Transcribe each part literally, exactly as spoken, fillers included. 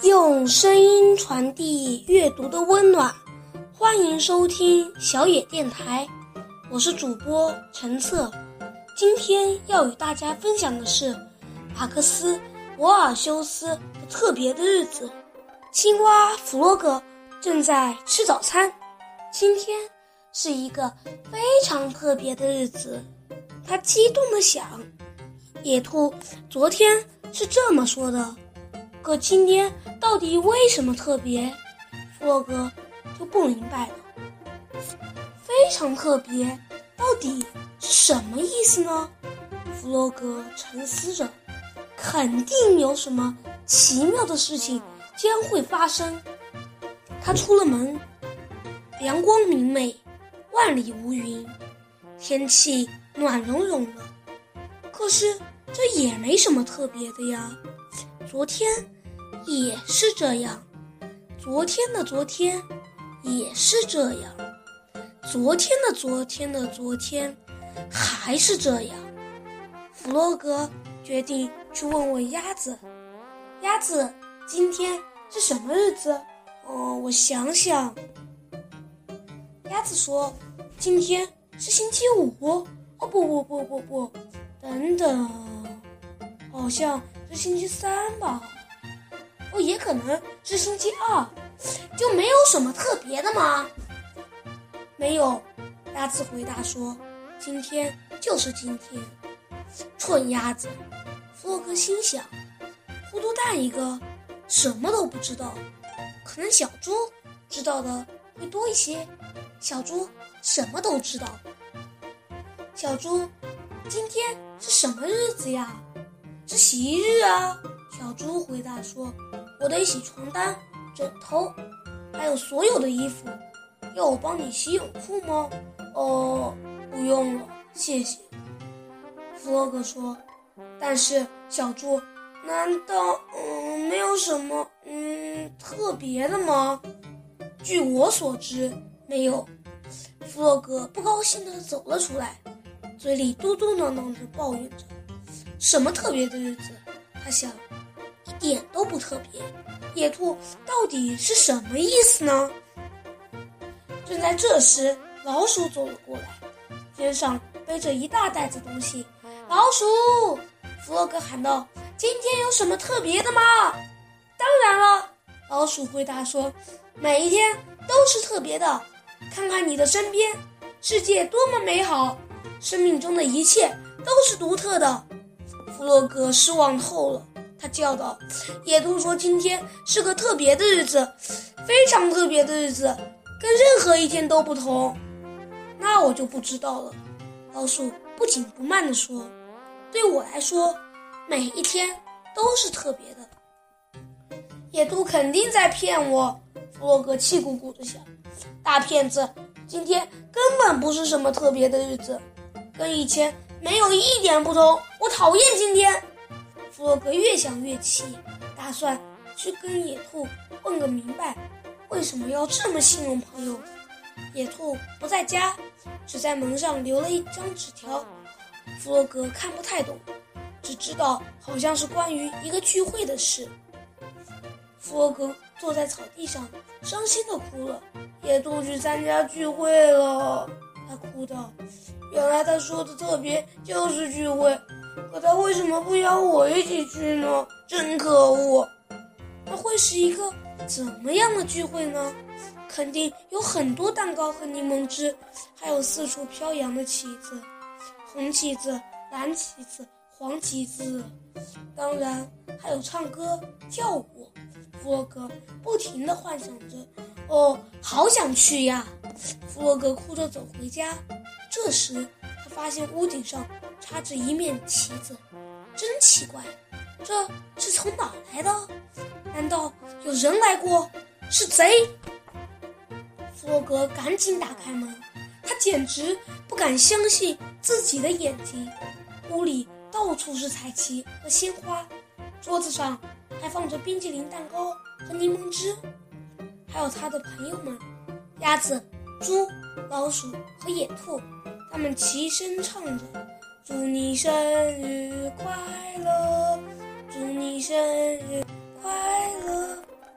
用声音传递阅读的温暖，欢迎收听小野电台，我是主播陈策。今天要与大家分享的是马克思·博尔修斯的特别的日子。青蛙弗洛格正在吃早餐，今天是一个非常特别的日子，他激动地想，野兔昨天是这么说的，可今天到底为什么特别？弗洛格就不明白了。非常特别，到底是什么意思呢？弗洛格沉思着，肯定有什么奇妙的事情将会发生。他出了门，阳光明媚，万里无云，天气暖融融的。可是这也没什么特别的呀，昨天也是这样，昨天的昨天也是这样，昨天的昨天的昨天还是这样。弗洛格决定去问问鸭子，鸭子，今天是什么日子？哦，我想想。鸭子说，今天是星期五。哦，不不不不不，等等，好像是星期三吧。哦，也可能是星期二，就没有什么特别的吗？没有，鸭子回答说，今天就是今天。蠢鸭子，弗洛格心想，糊涂蛋一个，什么都不知道。可能小猪知道的会多一些，小猪什么都知道。小猪，今天是什么日子呀？是洗衣日啊。小猪回答说，我得洗床单、枕头，还有所有的衣服。要我帮你洗泳裤吗？哦，不用了，谢谢。弗洛格说，但是小猪，难道嗯没有什么嗯特别的吗？据我所知，没有。弗洛格不高兴地走了出来，嘴里嘟嘟囔囔地抱怨着，什么特别的日子？他想，一点都不特别。野兔到底是什么意思呢？正在这时，老鼠走了过来，肩上背着一大袋子东西。老鼠，弗洛格喊道，今天有什么特别的吗？当然了，老鼠回答说，每一天都是特别的。看看你的身边，世界多么美好，生命中的一切都是独特的。弗洛格失望透了，他叫道，野兔说今天是个特别的日子，非常特别的日子，跟任何一天都不同。那我就不知道了，老鼠不紧不慢地说，对我来说，每一天都是特别的。野兔肯定在骗我，弗洛格气鼓鼓地想，大骗子，今天根本不是什么特别的日子，跟以前没有一点不同，我讨厌今天。弗洛格越想越气，打算去跟野兔问个明白，为什么要这么信任朋友。野兔不在家，只在门上留了一张纸条，弗洛格看不太懂，只知道好像是关于一个聚会的事。弗洛格坐在草地上，伤心地哭了。野兔去参加聚会了，他哭道，原来他说的特别就是聚会，可他为什么不邀我一起去呢？真可恶！那会是一个怎么样的聚会呢？肯定有很多蛋糕和柠檬汁，还有四处飘扬的旗子，红旗子、蓝旗子、黄旗子，当然还有唱歌跳舞。弗洛格不停地幻想着，哦，好想去呀！弗洛格哭着走回家，这时他发现屋顶上插着一面旗子，真奇怪，这是从哪来的？难道有人来过？是贼！弗洛格赶紧打开门，他简直不敢相信自己的眼睛。屋里到处是彩旗和鲜花，桌子上还放着冰淇淋蛋糕和柠檬汁，还有他的朋友们，鸭子、猪、老鼠和野兔，他们齐声唱着，祝你生日快乐，祝你生日快乐。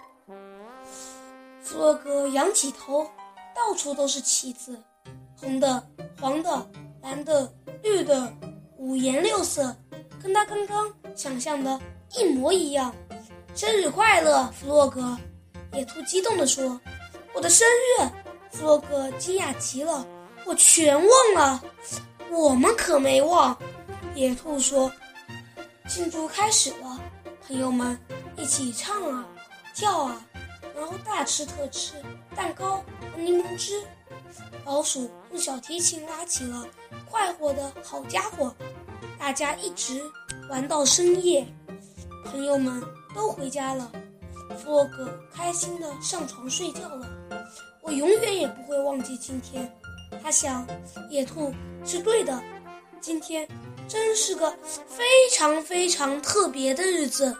弗洛格仰起头，到处都是旗子，红的、黄的、蓝的、绿的，五颜六色，跟他刚刚想象的一模一样。生日快乐，弗洛格！野兔激动地说。我的生日！弗洛格惊讶极了，我全忘了。我们可没忘。野兔说。庆祝开始了，朋友们一起唱啊跳啊，然后大吃特吃蛋糕和柠檬汁。老鼠用小提琴拉起了快活的好家伙，大家一直玩到深夜。朋友们都回家了，弗洛格开心地上床睡觉了。我永远也不会忘记今天。他想，野兔是对的，今天真是个非常非常特别的日子。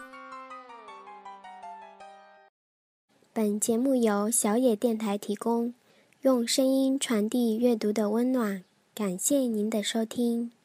本节目由小野电台提供，用声音传递阅读的温暖，感谢您的收听。